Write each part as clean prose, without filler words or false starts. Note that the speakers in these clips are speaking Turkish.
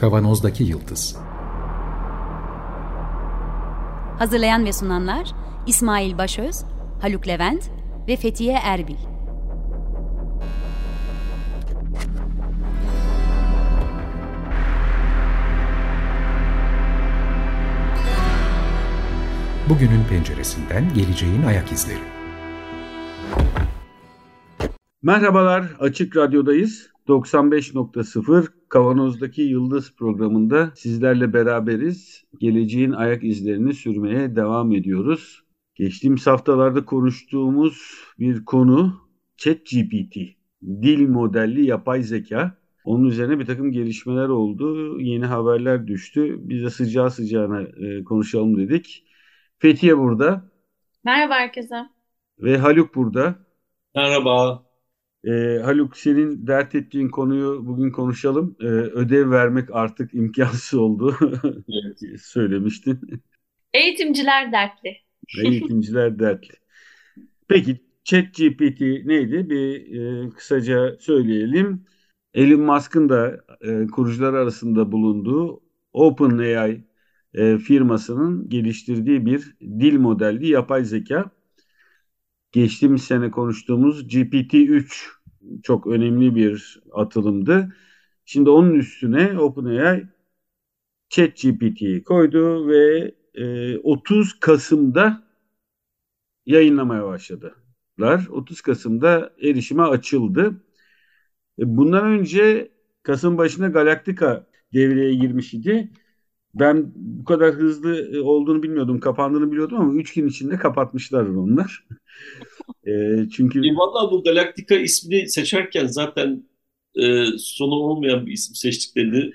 Kavanozdaki Yıldız. Hazırlayan ve sunanlar İsmail Başöz, Haluk Levent ve Fethiye Erbil. Bugünün penceresinden geleceğin ayak izleri. Merhabalar, Açık Radyo'dayız. 95.0 Kavanoz'daki Yıldız programında sizlerle beraberiz. Geleceğin ayak izlerini sürmeye devam ediyoruz. Geçtiğimiz haftalarda konuştuğumuz bir konu ChatGPT, dil modelli yapay zeka. Onun üzerine bir takım gelişmeler oldu, yeni haberler düştü. Biz de sıcağı sıcağına konuşalım dedik. Fethiye burada. Merhaba herkese. Ve Haluk burada. Merhaba. Haluk, senin dert ettiğin konuyu bugün konuşalım. Ödev vermek artık imkansız oldu. Evet. Söylemiştin. Eğitimciler dertli. Eğitimciler dertli. Peki ChatGPT neydi? Kısaca söyleyelim. Elon Musk'ın da kurucuları arasında bulunduğu OpenAI firmasının geliştirdiği bir dil modelli yapay zeka. Geçtiğimiz sene konuştuğumuz GPT-3 çok önemli bir atılımdı. Şimdi onun üstüne OpenAI ChatGPT'yi koydu ve 30 Kasım'da yayınlamaya başladılar. 30 Kasım'da erişime açıldı. Bundan önce Kasım başında Galactica devreye girmiş idi. Ben bu kadar hızlı olduğunu bilmiyordum, kapandığını biliyordum ama 3 gün içinde kapatmışlar onlar. Çünkü Vallahi bu Galactica ismini seçerken zaten sonu olmayan bir isim seçtiklerini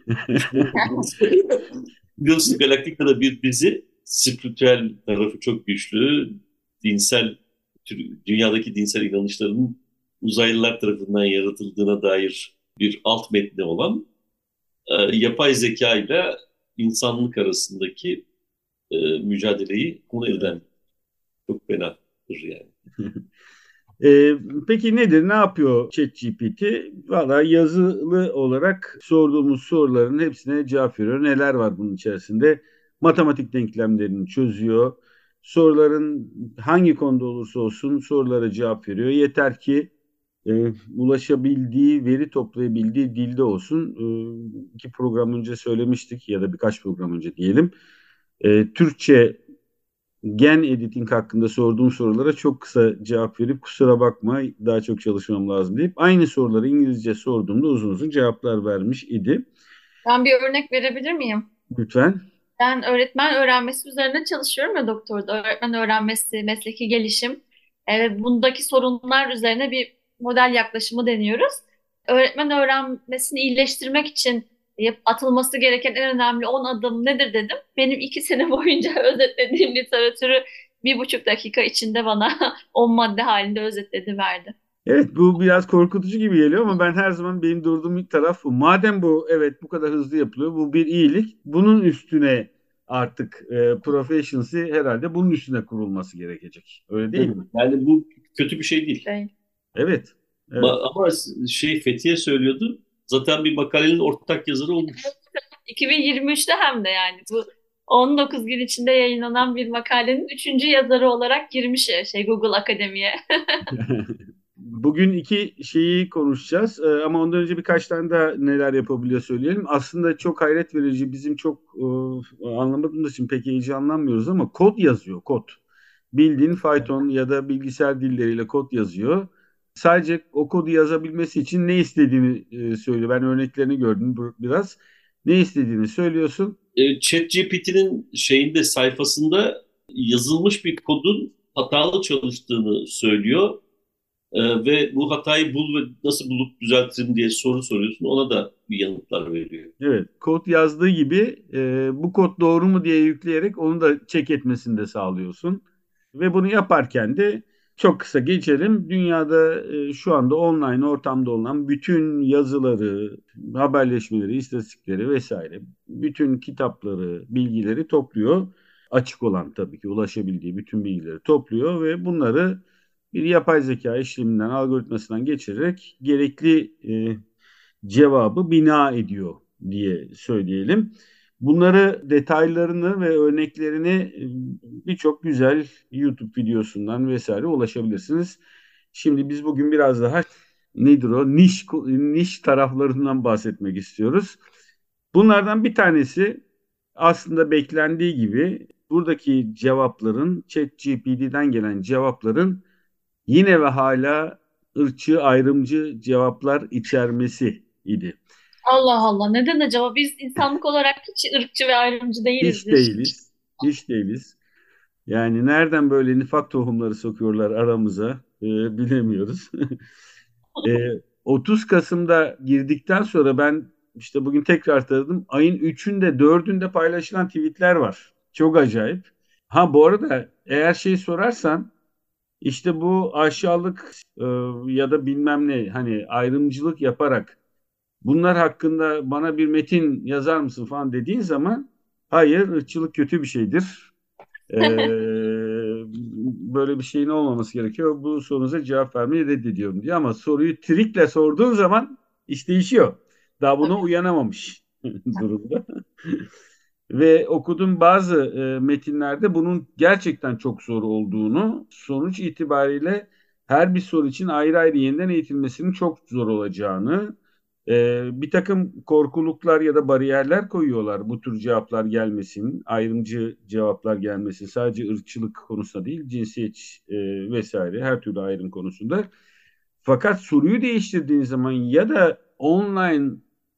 biliyorsunuz. Galactica'da bir dizi, spiritüel tarafı çok güçlü, dinsel, dünyadaki dinsel inanışların uzaylılar tarafından yaratıldığına dair bir alt metni olan yapay zeka ile insanlık arasındaki mücadeleyi konu eden çok fenadır yani. Peki nedir? Ne yapıyor ChatGPT? Valla yazılı olarak sorduğumuz soruların hepsine cevap veriyor. Neler var bunun içerisinde? Matematik denklemlerini çözüyor. Soruların hangi konuda olursa olsun sorulara cevap veriyor. Yeter ki ulaşabildiği, veri toplayabildiği dilde olsun. 2 program önce söylemiştik ya da birkaç program önce diyelim. Türkçe gen editing hakkında sorduğum sorulara çok kısa cevap verip kusura bakma daha çok çalışmam lazım deyip aynı soruları İngilizce sorduğumda uzun uzun cevaplar vermiş idi. Ben bir örnek verebilir miyim? Lütfen. Ben öğretmen öğrenmesi üzerine çalışıyorum ya doktorda. Öğretmen öğrenmesi, mesleki gelişim. Bundaki sorunlar üzerine bir model yaklaşımı deniyoruz. Öğretmen öğrenmesini iyileştirmek için atılması gereken en önemli 10 adım nedir dedim. Benim 2 sene boyunca özetlediğim literatürü 1,5 dakika içinde bana 10 madde halinde özetledi verdi. Evet, bu biraz korkutucu gibi geliyor ama ben her zaman benim durduğum ilk taraf bu. Madem bu evet bu kadar hızlı yapılıyor, bu bir iyilik. Bunun üstüne artık proficiency herhalde bunun üstüne kurulması gerekecek. Öyle değil mi? Yani bu kötü bir şey değil. Evet. Evet. Ama Fethiye söylüyordu. Zaten bir makalenin ortak yazarı olmuş. 2023'te hem de yani bu 19 gün içinde yayınlanan bir makalenin 3. yazarı olarak girmiş Google Akademi'ye. Bugün 2 şeyi konuşacağız ama ondan önce birkaç tane daha neler yapabiliyor söyleyelim. Aslında çok hayret verici, bizim çok anlamadığımız için pek heyecanlanmıyoruz ama kod yazıyor, kod. Bildiğin Python ya da bilgisayar dilleriyle kod yazıyor. Sadece o kodu yazabilmesi için ne istediğini söylüyor. Ben örneklerini gördüm biraz. Ne istediğini söylüyorsun. ChatGPT'nin sayfasında yazılmış bir kodun hatalı çalıştığını söylüyor. Ve bu hatayı bul ve nasıl bulup düzeltirim diye soru soruyorsun. Ona da bir yanıtlar veriyor. Evet, kod yazdığı gibi bu kod doğru mu diye yükleyerek onu da check etmesini de sağlıyorsun. Ve bunu yaparken de çok kısa geçelim. Dünyada şu anda online ortamda olan bütün yazıları, haberleşmeleri, istatistikleri vesaire, bütün kitapları, bilgileri topluyor. Açık olan tabii ki ulaşabildiği bütün bilgileri topluyor ve bunları bir yapay zeka işleminden, algoritmasından geçirerek gerekli cevabı bina ediyor. diye söyleyelim. Bunları, detaylarını ve örneklerini birçok güzel YouTube videosundan vesaire ulaşabilirsiniz. Şimdi biz bugün biraz daha nedir o niş taraflarından bahsetmek istiyoruz. Bunlardan bir tanesi aslında beklendiği gibi buradaki cevapların, ChatGPT'den gelen cevapların yine ve hala ırkçı, ayrımcı cevaplar içermesi idi. Allah Allah. Neden acaba? Biz insanlık olarak hiç ırkçı ve ayrımcı Hiç değilizdir. değiliz. Hiç değiliz. Yani nereden böyle nifak tohumları sokuyorlar aramıza bilemiyoruz. E, 30 Kasım'da girdikten sonra ben işte bugün tekrar taradım. Ayın 3'ünde 4'ünde paylaşılan tweetler var. Çok acayip. Ha bu arada eğer şey sorarsan işte bu aşağılık ya da bilmem ne hani ayrımcılık yaparak bunlar hakkında bana bir metin yazar mısın falan dediğin zaman hayır ırkçılık kötü bir şeydir. Böyle bir şeyin olmaması gerekiyor. Bu sorunuza cevap vermeyi reddediyorum diyor. Ama soruyu trikle sorduğun zaman iş değişiyor. Daha buna Tabii. uyanamamış durumda. Ve okuduğum bazı metinlerde bunun gerçekten çok zor olduğunu, sonuç itibariyle her bir soru için ayrı ayrı yeniden eğitilmesinin çok zor olacağını, bir takım korkuluklar ya da bariyerler koyuyorlar bu tür cevaplar gelmesin, ayrımcı cevaplar gelmesin. Sadece ırkçılık konusunda değil, cinsiyet vesaire her türlü ayrım konusunda. Fakat soruyu değiştirdiğin zaman ya da online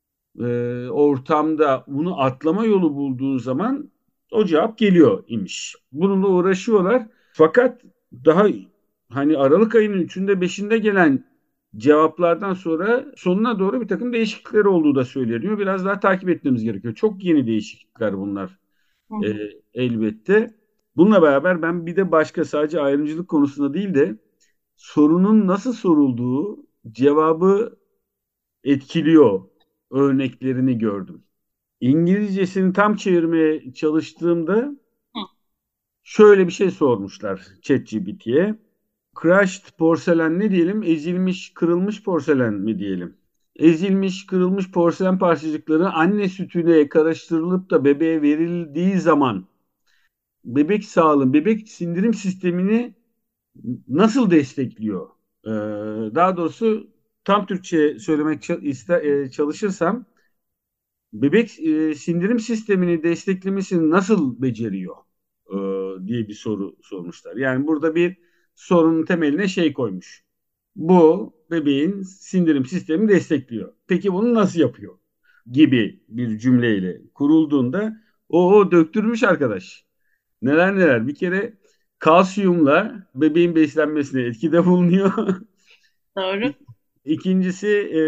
ortamda bunu atlama yolu bulduğun zaman o cevap geliyor imiş. Bununla uğraşıyorlar. Fakat daha hani Aralık ayının 3'ünde 5'inde gelen cevaplardan sonra sonuna doğru bir takım değişiklikler olduğu da söyleniyor. Biraz daha takip etmemiz gerekiyor. Çok yeni değişiklikler bunlar Hı hı. elbette. Bununla beraber ben bir de başka sadece ayrımcılık konusunda değil de sorunun nasıl sorulduğu cevabı etkiliyor örneklerini gördüm. İngilizcesini tam çevirmeye çalıştığımda Hı. şöyle bir şey sormuşlar ChatGPT'ye. Crushed porselen ne diyelim? Ezilmiş, kırılmış porselen mi diyelim? Ezilmiş, kırılmış porselen parçacıkları anne sütüyle karıştırılıp da bebeğe verildiği zaman bebek sağlığı, bebek sindirim sistemini nasıl destekliyor? Daha doğrusu tam Türkçe söylemek çalışırsam bebek sindirim sistemini desteklemesini nasıl beceriyor e, diye bir soru sormuşlar. Yani burada bir sorunun temeline şey koymuş. Bu bebeğin sindirim sistemini destekliyor. Peki bunu nasıl yapıyor? Gibi bir cümleyle kurulduğunda o döktürmüş arkadaş. Neler neler. Bir kere kalsiyumla bebeğin beslenmesine etkide bulunuyor. Doğru. İkincisi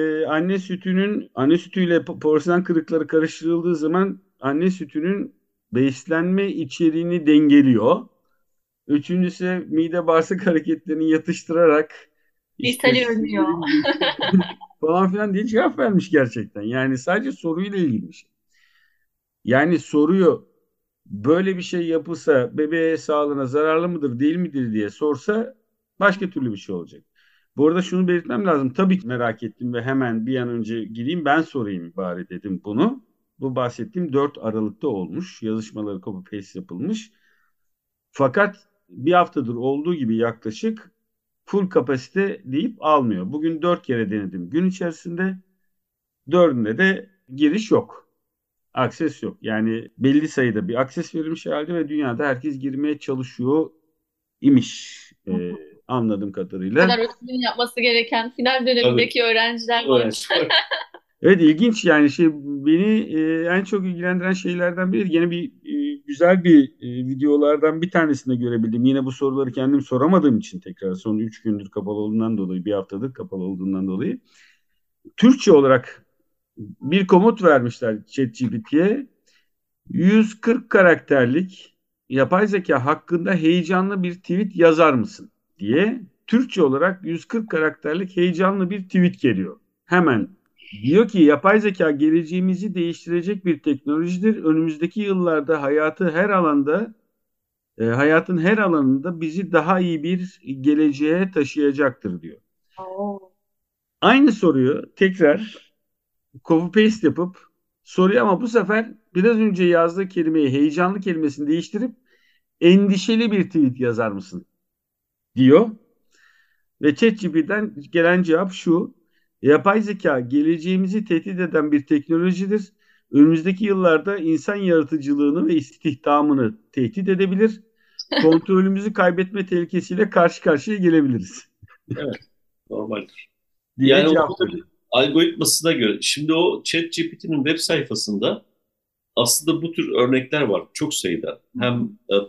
anne sütüyle porselen kırıkları karıştırıldığı zaman anne sütünün beslenme içeriğini dengeliyor. Üçüncüsü mide bağırsak hareketlerini yatıştırarak işte İshali önlüyor. sindirim falan filan diye cevap vermiş gerçekten. Yani sadece soruyla ilgili bir şey. Yani soruyu böyle bir şey yapılsa bebeğe sağlığına zararlı mıdır değil midir diye sorsa başka türlü bir şey olacak. Bu arada şunu belirtmem lazım. Tabii ki merak ettim ve hemen bir an önce gireyim ben sorayım bari dedim bunu. Bu bahsettiğim 4 Aralık'ta olmuş. Yazışmaları copy paste yapılmış. Fakat bir haftadır olduğu gibi yaklaşık full kapasite deyip almıyor. Bugün 4 kere denedim gün içerisinde. Dördünde de giriş yok. Akses yok. Yani belli sayıda bir akses verilmiş halde ve dünyada herkes girmeye çalışıyor imiş anladığım Bu kadar kadarıyla. ödevini yapması gereken final Tabii. dönemindeki öğrenciler var. Evet. Evet ilginç yani beni en çok ilgilendiren şeylerden biri yine bir güzel bir videolardan bir tanesinde görebildim. Yine bu soruları kendim soramadığım için tekrar son 3 gündür kapalı olduğundan dolayı bir haftadır kapalı olduğundan dolayı Türkçe olarak bir komut vermişler ChatGPT'ye. 140 karakterlik yapay zeka hakkında heyecanlı bir tweet yazar mısın diye Türkçe olarak 140 karakterlik heyecanlı bir tweet geliyor. Hemen diyor ki yapay zeka geleceğimizi değiştirecek bir teknolojidir. Önümüzdeki yıllarda hayatın her alanında bizi daha iyi bir geleceğe taşıyacaktır diyor. Oo. Aynı soruyu tekrar copy paste yapıp soruyu ama bu sefer biraz önce yazdığı kelimeyi, heyecanlı kelimesini değiştirip endişeli bir tweet yazar mısın diyor. Ve ChatGPT'den gelen cevap şu: yapay zeka geleceğimizi tehdit eden bir teknolojidir. Önümüzdeki yıllarda insan yaratıcılığını ve istihdamını tehdit edebilir. Kontrolümüzü kaybetme tehlikesiyle karşı karşıya gelebiliriz Evet, normaldir. diye Yani cevap o veriyor. tabii algoritmasına göre. Şimdi o ChatGPT'nin web sayfasında aslında bu tür örnekler var çok sayıda. Hem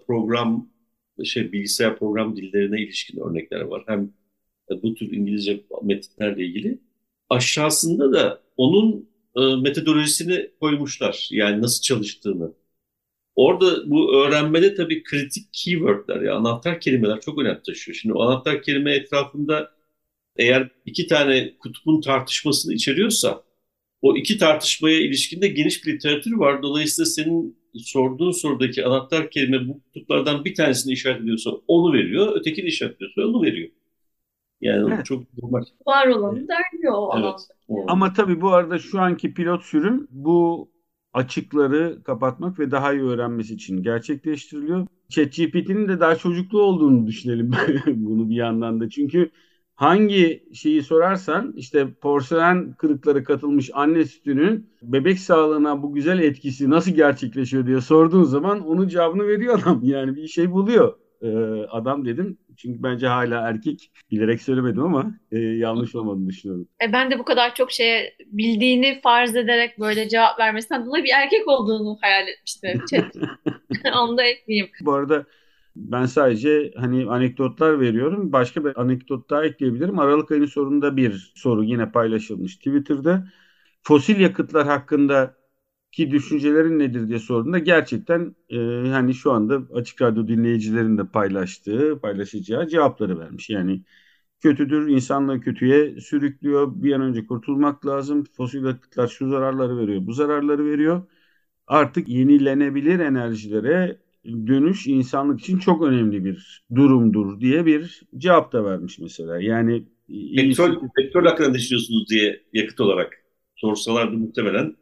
bilgisayar program dillerine ilişkin örnekler var. Hem bu tür İngilizce metinlerle ilgili. Aşağısında da onun metodolojisini koymuşlar. Yani nasıl çalıştığını. Orada bu öğrenmede tabii kritik keywordler, ya anahtar kelimeler çok önem taşıyor. Şimdi o anahtar kelime etrafında eğer iki tane kutbun tartışmasını içeriyorsa o iki tartışmaya ilişkinde geniş bir literatür var. Dolayısıyla senin sorduğun sorudaki anahtar kelime bu kutuplardan bir tanesini işaret ediyorsa onu veriyor, ötekini işaretliyorsa onu veriyor. Yani Evet. çok normal. Var olanı derliyor o Evet. alanda. Ama tabii bu arada şu anki pilot sürüm bu açıkları kapatmak ve daha iyi öğrenmesi için gerçekleştiriliyor. ChatGPT'nin de daha çocuklu olduğunu düşünelim bunu bir yandan da. Çünkü hangi şeyi sorarsan, işte porselen kırıkları katılmış anne sütünün bebek sağlığına bu güzel etkisi nasıl gerçekleşiyor diye sorduğun zaman onun cevabını veriyor adam. Yani bir şey buluyor. Adam dedim çünkü bence hala erkek, bilerek söylemedim ama yanlış olmadığını düşünüyorum. Ben de bu kadar çok şeye bildiğini farz ederek böyle cevap vermesinden dolayı bir erkek olduğunu hayal etmiştim. Chat. Onu da ekleyeyim. Bu arada ben sadece hani anekdotlar veriyorum. Başka bir anekdot daha ekleyebilirim. Aralık ayının sonunda bir soru yine paylaşılmış Twitter'da. Fosil yakıtlar hakkındaki düşüncelerin nedir diye sorduğunda gerçekten hani şu anda Açık Radyo dinleyicilerin de paylaşacağı cevapları vermiş. Yani kötüdür, insanlığı kötüye sürüklüyor. Bir an önce kurtulmak lazım. Fosil yakıtlar şu zararları veriyor, bu zararları veriyor. Artık yenilenebilir enerjilere dönüş insanlık için çok önemli bir durumdur diye bir cevap da vermiş mesela. Yani iyisi Petrol hakkında ne düşünüyorsunuz diye yakıt olarak sorsalardı muhtemelen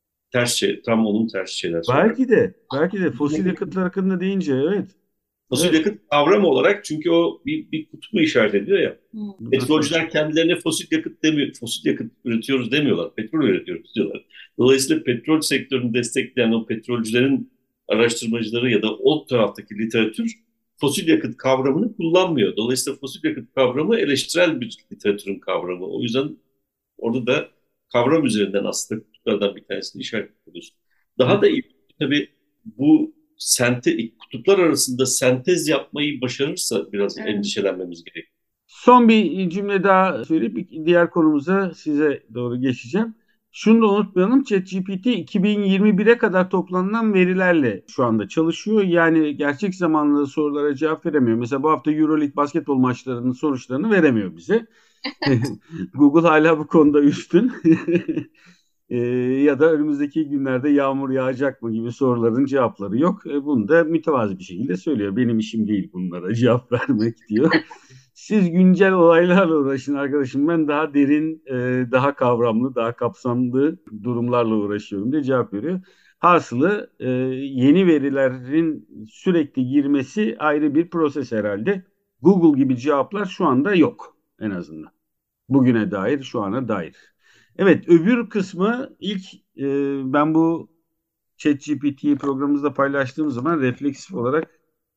tam onun tersi şeyler söyler. belki de fosil yakıtlar hakkında deyince evet. Fosil Evet. yakıt kavram olarak, çünkü o bir kutbu işaret ediyor ya. Hmm. Petrolcüler kendilerine fosil yakıt demiyor, fosil yakıt üretiyoruz demiyorlar. Petrol üretiyoruz diyorlar. Dolayısıyla petrol sektörünü destekleyen o petrolcülerin araştırmacıları ya da o taraftaki literatür fosil yakıt kavramını kullanmıyor. Dolayısıyla fosil yakıt kavramı eleştirel bir literatürün kavramı. O yüzden orada da kavram üzerinden aslında kutuplardan bir tanesini işaret ediyorsun. Daha da iyi tabii bu kutuplar arasında sentez yapmayı başarırsa biraz Evet. endişelenmemiz gerekiyor. Son bir cümle daha söyleyip diğer konumuza size doğru geçeceğim. Şunu da unutmayalım. ChatGPT 2021'e kadar toplanılan verilerle şu anda çalışıyor. Yani gerçek zamanlı sorulara cevap veremiyor. Mesela bu hafta EuroLeague basketbol maçlarının sonuçlarını veremiyor bize. Google hala bu konuda üstün. Ya da önümüzdeki günlerde yağmur yağacak mı gibi soruların cevapları yok. Bunu da mütevazi bir şekilde söylüyor. Benim işim değil bunlara cevap vermek diyor. Siz güncel olaylarla uğraşın arkadaşım. Ben daha derin, daha kavramlı, daha kapsamlı durumlarla uğraşıyorum diye cevap veriyor. Hasılı yeni verilerin sürekli girmesi ayrı bir proses herhalde. Google gibi cevaplar şu anda yok en azından. Bugüne dair, şu ana dair. Evet, öbür kısmı ilk ben bu ChatGPT'yi programımızda paylaştığım zaman refleksif olarak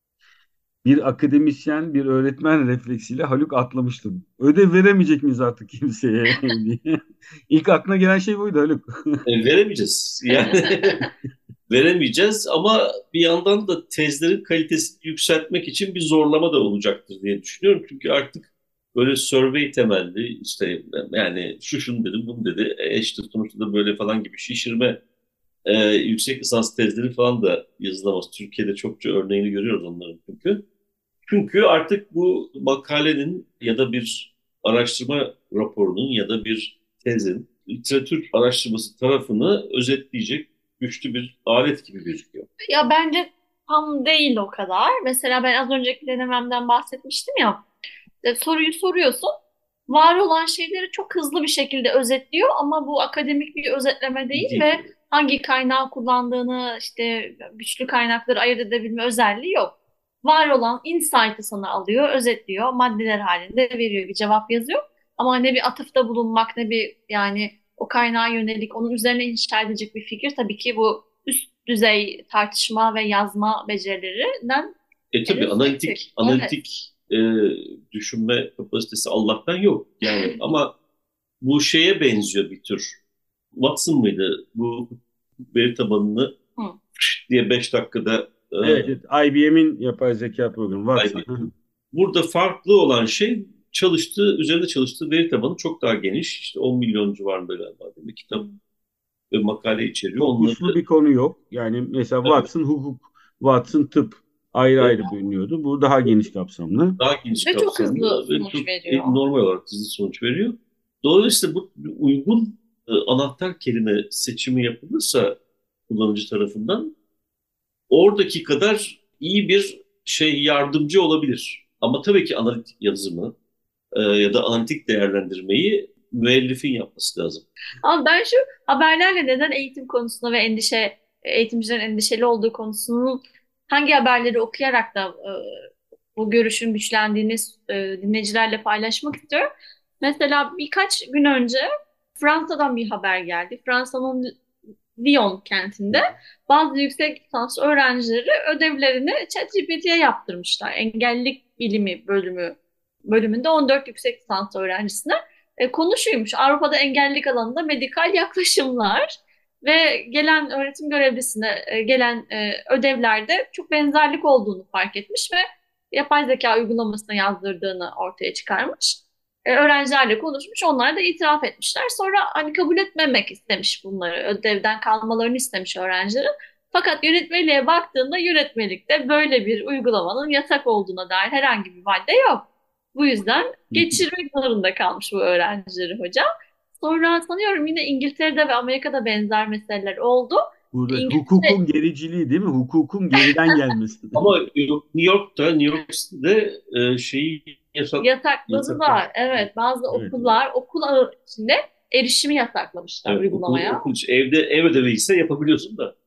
bir akademisyen, bir öğretmen refleksiyle Haluk atlamıştım. Ödev veremeyecek miyiz artık kimseye diye. İlk aklına gelen şey buydu Haluk. Veremeyeceğiz. Yani veremeyeceğiz ama bir yandan da tezlerin kalitesini yükseltmek için bir zorlama da olacaktır diye düşünüyorum. Çünkü artık böyle survey temelli, işte yani şunu dedim bunu dedi, işte sonuçta da böyle falan gibi şişirme yüksek lisans tezleri falan da yazılamaz. Türkiye'de çokça örneğini görüyoruz onların çünkü. Çünkü artık bu makalenin ya da bir araştırma raporunun ya da bir tezin literatür araştırması tarafını özetleyecek güçlü bir alet gibi gözüküyor. Ya bence tam değil o kadar. Mesela ben az önceki denememden bahsetmiştim ya. Soruyu soruyorsun. Var olan şeyleri çok hızlı bir şekilde özetliyor ama bu akademik bir özetleme değil ve hangi kaynağı kullandığını, işte güçlü kaynakları ayırt edebilme özelliği yok. Var olan insight'ı sana alıyor, özetliyor, maddeler halinde veriyor, bir cevap yazıyor. Ama ne bir atıfta bulunmak, ne bir yani o kaynağa yönelik onun üzerine inşa edecek bir fikir, tabii ki bu üst düzey tartışma ve yazma becerilerinden Tabii henüz yüksek. Evet. analitik düşünme kapasitesi Allah'tan yok. Yani ama bu şeye benziyor bir tür. Watson mıydı? Bu veri tabanını Hı. diye 5 dakikada Evet, evet. IBM'in yapay zeka programı Watson. kaybediyor. Burada farklı olan şey üzerinde çalıştığı veri tabanı çok daha geniş. İşte 10 milyon civarında galiba değil mi? Kitap ve makale içeriyor. Çok Onları uçlu bir konu yok. Yani mesela Watson hukuk, Watson tıp ayrı ayrı bölünüyordu. Bu daha geniş kapsamlı. daha geniş Ve çok kapsamlı hızlı ve sonuç çok veriyor. normal olarak hızlı sonuç veriyor. Dolayısıyla bu uygun anahtar kelime seçimi yapılırsa kullanıcı tarafından oradaki kadar iyi bir yardımcı olabilir. Ama tabii ki analitik yazımı ya da analitik değerlendirmeyi müellifin yapması lazım. Ama ben şu haberlerle neden eğitim konusunda ve eğitimcilerin endişeli olduğu konusunun hangi haberleri okuyarak da bu görüşün güçlendiğini dinleyicilerle paylaşmak istiyorum. Mesela birkaç gün önce Fransa'dan bir haber geldi. Fransa'nın Lyon kentinde bazı yüksek lisans öğrencileri ödevlerini ChatGPT'ye yaptırmışlar. Engellilik bilimi bölümünde 14 yüksek lisans öğrencisine. Konu şuymuş: Avrupa'da engellilik alanında medikal yaklaşımlar ve gelen öğretim görevlisine gelen ödevlerde çok benzerlik olduğunu fark etmiş ve yapay zeka uygulamasına yazdırdığını ortaya çıkarmış. Öğrencilerle konuşmuş, onlar da itiraf etmişler. Sonra hani kabul etmemek istemiş bunları, ödevden kalmalarını istemiş öğrencilerin. Fakat yönetmeliğe baktığında yönetmelikte böyle bir uygulamanın yasak olduğuna dair herhangi bir madde yok. Bu yüzden geçirmek zorunda kalmış bu öğrencileri hocam. Sonra sanıyorum yine İngiltere'de ve Amerika'da benzer meseleler oldu. Burada İngiltere hukukun gericiliği değil mi? Hukukun geriden gelmesi. Ama New York City'de şeyi yasakladı da, evet, bazı Evet. okullar okul ağı içinde erişimi yasaklamışlar Evet, uygulamaya. okul ev ödevi ise yapabiliyorsun da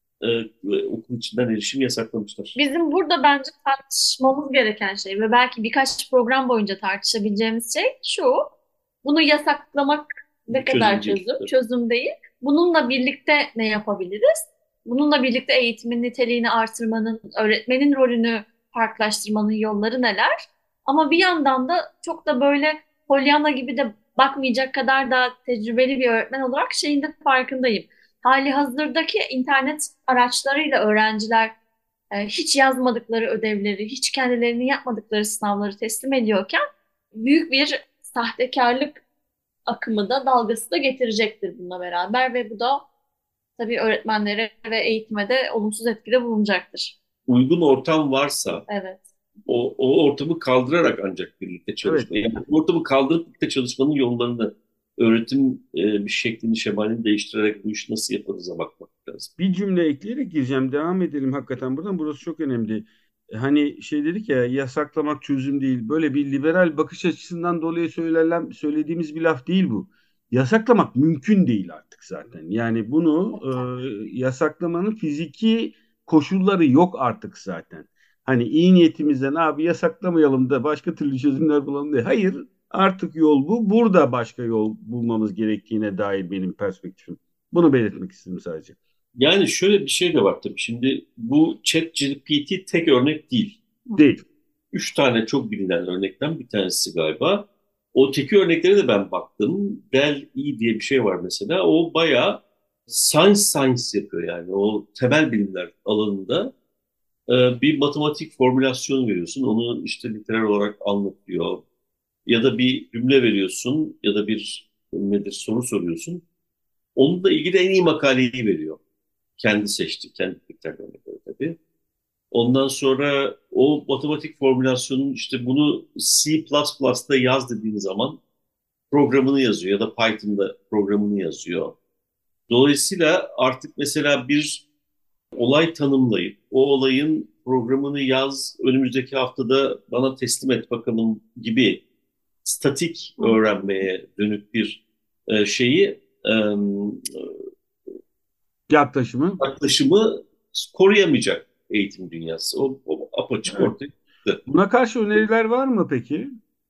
okul içinden erişim yasaklamışlar. Bizim burada bence tartışmamız gereken şey ve belki birkaç program boyunca tartışabileceğimiz şey şu: bunu yasaklamak ne Çözüm kadar değil. çözüm? Evet. Çözüm değil. Bununla birlikte ne yapabiliriz? Bununla birlikte eğitimin niteliğini artırmanın, öğretmenin rolünü farklılaştırmanın yolları neler? Ama bir yandan da çok da böyle Pollyanna gibi de bakmayacak kadar da tecrübeli bir öğretmen olarak şeyin de farkındayım. Hali hazırdaki internet araçlarıyla öğrenciler hiç yazmadıkları ödevleri, hiç kendilerini yapmadıkları sınavları teslim ediyorken büyük bir sahtekarlık akımı da, dalgası da getirecektir bununla beraber ve bu da tabii öğretmenlere ve eğitime de olumsuz etkide bulunacaktır. Uygun ortam varsa Evet. o ortamı kaldırarak ancak birlikte çalışma. Evet. Yani ortamı kaldırıp birlikte çalışmanın yollarını, öğretim bir şeklini, şemalini değiştirerek bu işi nasıl yaparız'a bakmak lazım. Bir cümle ekleyerek gireceğim. Devam edelim hakikaten buradan. Burası çok önemli. Hani şey dedik ya, yasaklamak çözüm değil. Böyle bir liberal bakış açısından dolayı söylediğimiz bir laf değil bu. Yasaklamak mümkün değil artık zaten. Yani bunu yasaklamanın fiziki koşulları yok artık zaten. Hani iyi niyetimizden abi yasaklamayalım da başka türlü çözümler bulalım diye. Hayır, artık yol bu. Burada başka yol bulmamız gerektiğine dair benim perspektifim. Bunu belirtmek istedim sadece. Yani şöyle bir şey de var tabii. Şimdi bu ChatGPT tek örnek değil. Değil. 3 tane çok bilinen örnekten bir tanesi galiba. O teki örneklere de ben baktım. DALL-E diye bir şey var mesela. O bayağı science yapıyor yani. O temel bilimler alanında bir matematik formülasyon veriyorsun. Onu işte literal olarak anlatıyor. Ya da bir cümle veriyorsun ya da bir soru soruyorsun. Onunla ilgili en iyi makaleyi veriyor. Kendi seçti. Kendi kriterlerine göre tabii. Ondan sonra o matematik formülasyonun işte bunu C++'da yaz dediğin zaman programını yazıyor ya da Python'da programını yazıyor. Dolayısıyla artık mesela bir olay tanımlayıp o olayın programını yaz, önümüzdeki haftada bana teslim et bakalım gibi statik öğrenmeye dönük bir şeyi yaklaşımı koruyamayacak eğitim dünyası. O apaçık Evet. ortaya çıktı. Buna karşı öneriler var mı peki?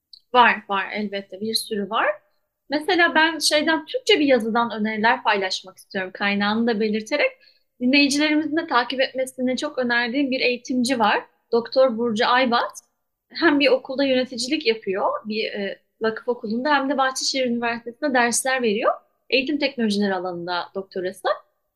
Var elbette bir sürü var. Mesela ben Türkçe bir yazıdan öneriler paylaşmak istiyorum. Kaynağını da belirterek dinleyicilerimizin de takip etmesini çok önerdiğim bir eğitimci var. Doktor Burcu Aybat. Hem bir okulda yöneticilik yapıyor, bir vakıf okulunda hem de Bahçeşehir Üniversitesi'nde dersler veriyor. Eğitim teknolojileri alanında doktorası.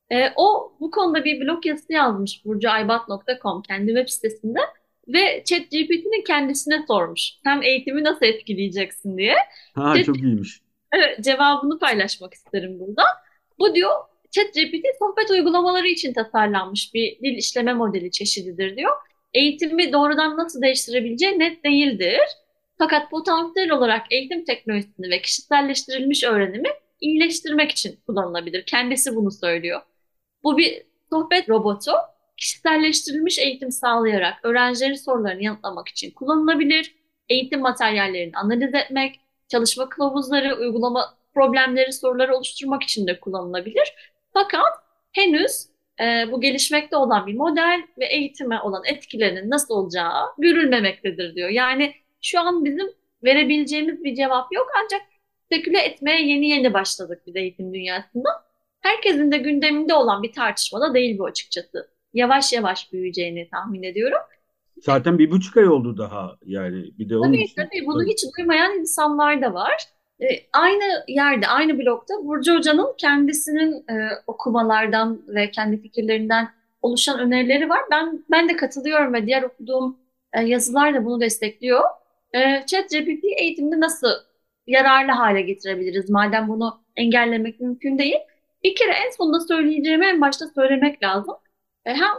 O bu konuda bir blog yazısı yazmış burcuaybat.com kendi web sitesinde ve ChatGPT'nin kendisine sormuş. Sen eğitimi nasıl etkileyeceksin diye. Ha, Chat çok iyiymiş. Evet, cevabını paylaşmak isterim burada. Bu diyor ChatGPT sohbet uygulamaları için tasarlanmış bir dil işleme modeli çeşididir diyor. Eğitimi doğrudan nasıl değiştirebileceği net değildir. Fakat potansiyel olarak eğitim teknolojisini ve kişiselleştirilmiş öğrenimi iyileştirmek için kullanılabilir. Kendisi bunu söylüyor. Bu bir sohbet robotu kişiselleştirilmiş eğitim sağlayarak öğrencilerin sorularını yanıtlamak için kullanılabilir. Eğitim materyallerini analiz etmek, çalışma kılavuzları, uygulama problemleri, soruları oluşturmak için de kullanılabilir. Fakat henüz bu gelişmekte olan bir model ve eğitime olan etkilerinin nasıl olacağı görülmemektedir diyor. Yani şu an bizim verebileceğimiz bir cevap yok ancak speküle etmeye yeni başladık biz eğitim dünyasında. Herkesin de gündeminde olan bir tartışma da değil bu açıkçası. Yavaş yavaş büyüyeceğini tahmin ediyorum. Zaten 1,5 ay oldu daha, yani bir de onun için. Tabii bunu hiç duymayan insanlar da var. Aynı yerde, aynı blogda Burcu Hoca'nın kendisinin okumalardan ve kendi fikirlerinden oluşan önerileri var. Ben de katılıyorum ve diğer okuduğum yazılar da bunu destekliyor. ChatGPT eğitimde nasıl yararlı hale getirebiliriz madem bunu engellemek mümkün değil? Bir kere en sonunda söyleyeceğimi en başta söylemek lazım. Hem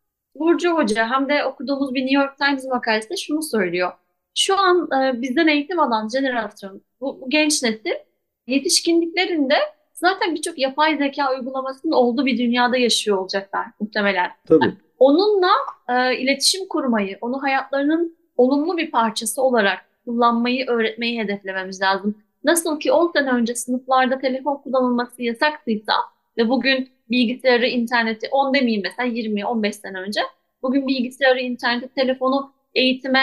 Burcu Hoca hem de okuduğumuz bir New York Times makalesinde şunu söylüyor. Şu an bizden eğitim alan jenerasyon, bu genç nesil yetişkinliklerinde zaten birçok yapay zeka uygulamasının olduğu bir dünyada yaşıyor olacaklar muhtemelen. Tabii. Onunla iletişim kurmayı, onu hayatlarının olumlu bir parçası olarak kullanmayı, öğretmeyi hedeflememiz lazım. Nasıl ki 10 sene önce sınıflarda telefon kullanılması yasaktıysa ve bugün bilgisayarı, interneti, 10 demeyeyim mesela 20-15 sene önce, bugün bilgisayarı, interneti, telefonu eğitime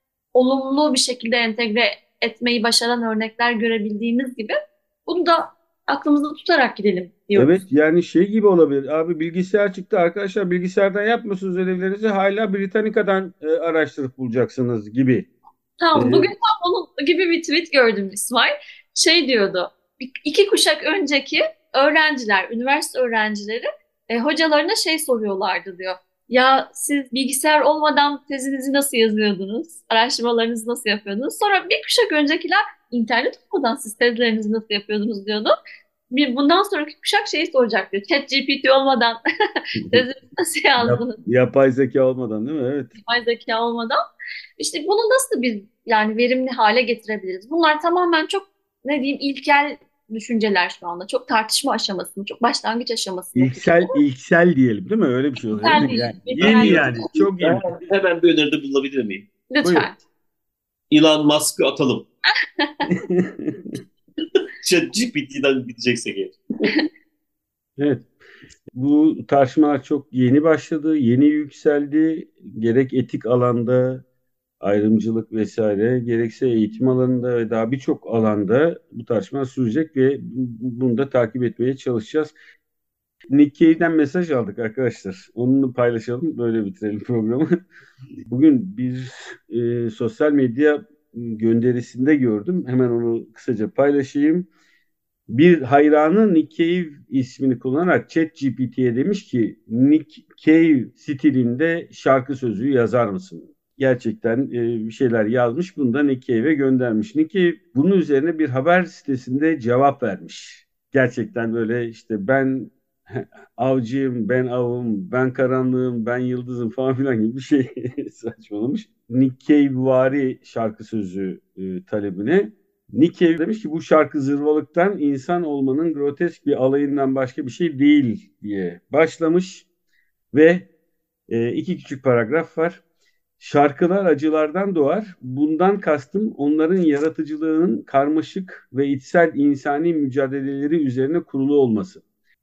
olumlu bir şekilde entegre etmeyi başaran örnekler görebildiğimiz gibi bunu da aklımızda tutarak gidelim diyoruz. Evet, yani şey gibi olabilir. Abi bilgisayar çıktı arkadaşlar, bilgisayardan yapmıyorsunuz ödevlerinizi, hala Britannica'dan araştırıp bulacaksınız gibi. Tamam, bugün tam onun gibi bir tweet gördüm İsmail. Diyordu, 2 kuşak önceki öğrenciler, üniversite öğrencileri hocalarına soruyorlardı diyor. Ya siz bilgisayar olmadan tezinizi nasıl yazıyordunuz? Araştırmalarınızı nasıl yapıyordunuz? Sonra bir kuşak öncekiler internet olmadan siz tezlerinizi nasıl yapıyordunuz diyordu. Bundan sonraki kuşak soracak diyor. ChatGPT olmadan tezinizi nasıl yazdınız? Yapay zeka olmadan değil mi? Evet. Yapay zeka olmadan. İşte bunu nasıl biz yani verimli hale getirebiliriz? Bunlar tamamen çok ilkel düşünceler şu anda. Çok tartışma aşamasında, çok başlangıç aşamasında. İlksel diyelim değil mi? Öyle bir şey oluyor. İlksel değil mi? değil. Yeni yani. Çok yeni. Hemen bir öneride bulunabilir miyim? Lütfen. Buyurun. Elon Musk'ı atalım. ChatGPT'den gideceksek eğer. Evet. Bu tartışmalar çok yeni başladı, yeni yükseldi. Gerek etik alanda, ayrımcılık vesaire, gerekse eğitim alanında ve daha birçok alanda bu tartışma sürecek ve bunu da takip etmeye çalışacağız. Nick Cave'den mesaj aldık arkadaşlar. Onunla paylaşalım, böyle bitirelim programı. Bugün bir sosyal medya gönderisinde gördüm. Hemen onu kısaca paylaşayım. Bir hayranı Nick Cave ismini kullanarak ChatGPT'ye demiş ki Nick Cave stilinde şarkı sözü yazar mısın? Gerçekten bir şeyler yazmış. Bunu da Nick Cave'e göndermiş. Nick Cave bunun üzerine bir haber sitesinde cevap vermiş. Gerçekten böyle işte ben avcıyım, ben avım, ben karanlığım, ben yıldızım falan filan gibi bir şey saçmalamış. Nick Cave-vari şarkı sözü talebine. Nick Cave demiş ki bu şarkı zırvalıktan, insan olmanın grotesk bir alayından başka bir şey değil diye başlamış ve 2 küçük paragraf var. Şarkılar acılardan doğar. Bundan kastım onların yaratıcılığının karmaşık ve içsel insani mücadeleleri üzerine kurulu olması.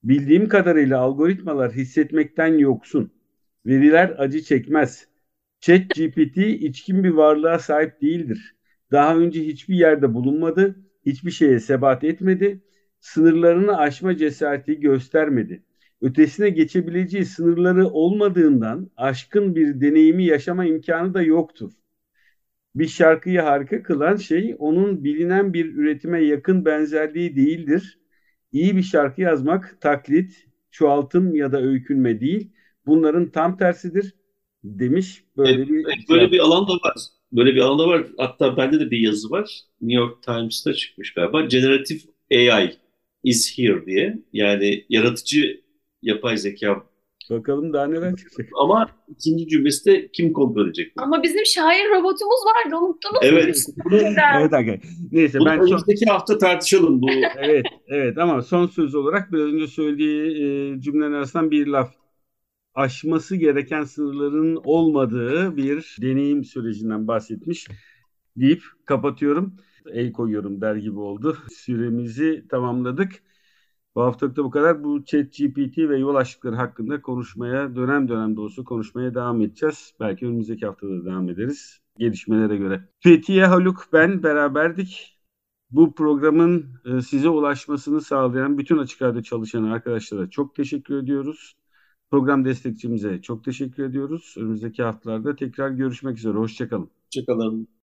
Bildiğim kadarıyla algoritmalar hissetmekten yoksun. Veriler acı çekmez. ChatGPT içkin bir varlığa sahip değildir. Daha önce hiçbir yerde bulunmadı, hiçbir şeye sebat etmedi, sınırlarını aşma cesareti göstermedi. Ötesine geçebileceği sınırları olmadığından aşkın bir deneyimi yaşama imkanı da yoktur. Bir şarkıyı harika kılan şey onun bilinen bir üretime yakın benzerliği değildir. İyi bir şarkı yazmak taklit, çoğaltım ya da öykünme değil, bunların tam tersidir demiş. Böyle bir Böyle cevap. bir alan da var. Böyle bir alan da var. Hatta bende de bir yazı var. New York Times'ta çıkmış galiba. Generative AI is here diye. Yani yaratıcı yapay zeka. Bakalım daha neler çıkacak. Ama ikinci cümlesi de kim kontrol edecek bunu? Ama bizim şair robotumuz vardı, unuttunuz mu? Evet. Evet arkadaşlar. Neyse Bunu ben son önümüzdeki hafta tartışalım bu. evet ama son söz olarak biraz önce söylediği cümleler arasından bir laf. Aşması gereken sınırların olmadığı bir deneyim sürecinden bahsetmiş deyip kapatıyorum. El koyuyorum der gibi oldu. Süremizi tamamladık. Bu haftalık da bu kadar. Bu ChatGPT ve yol aşıkları hakkında konuşmaya, dönem dönem de olsa konuşmaya devam edeceğiz. Belki önümüzdeki haftada da devam ederiz gelişmelere göre. Fethiye, Haluk, ben beraberdik. Bu programın size ulaşmasını sağlayan bütün Açık Radyo çalışan arkadaşlara çok teşekkür ediyoruz. Program destekçimize çok teşekkür ediyoruz. Önümüzdeki haftalarda tekrar görüşmek üzere. Hoşça kalın. Hoşçakalın.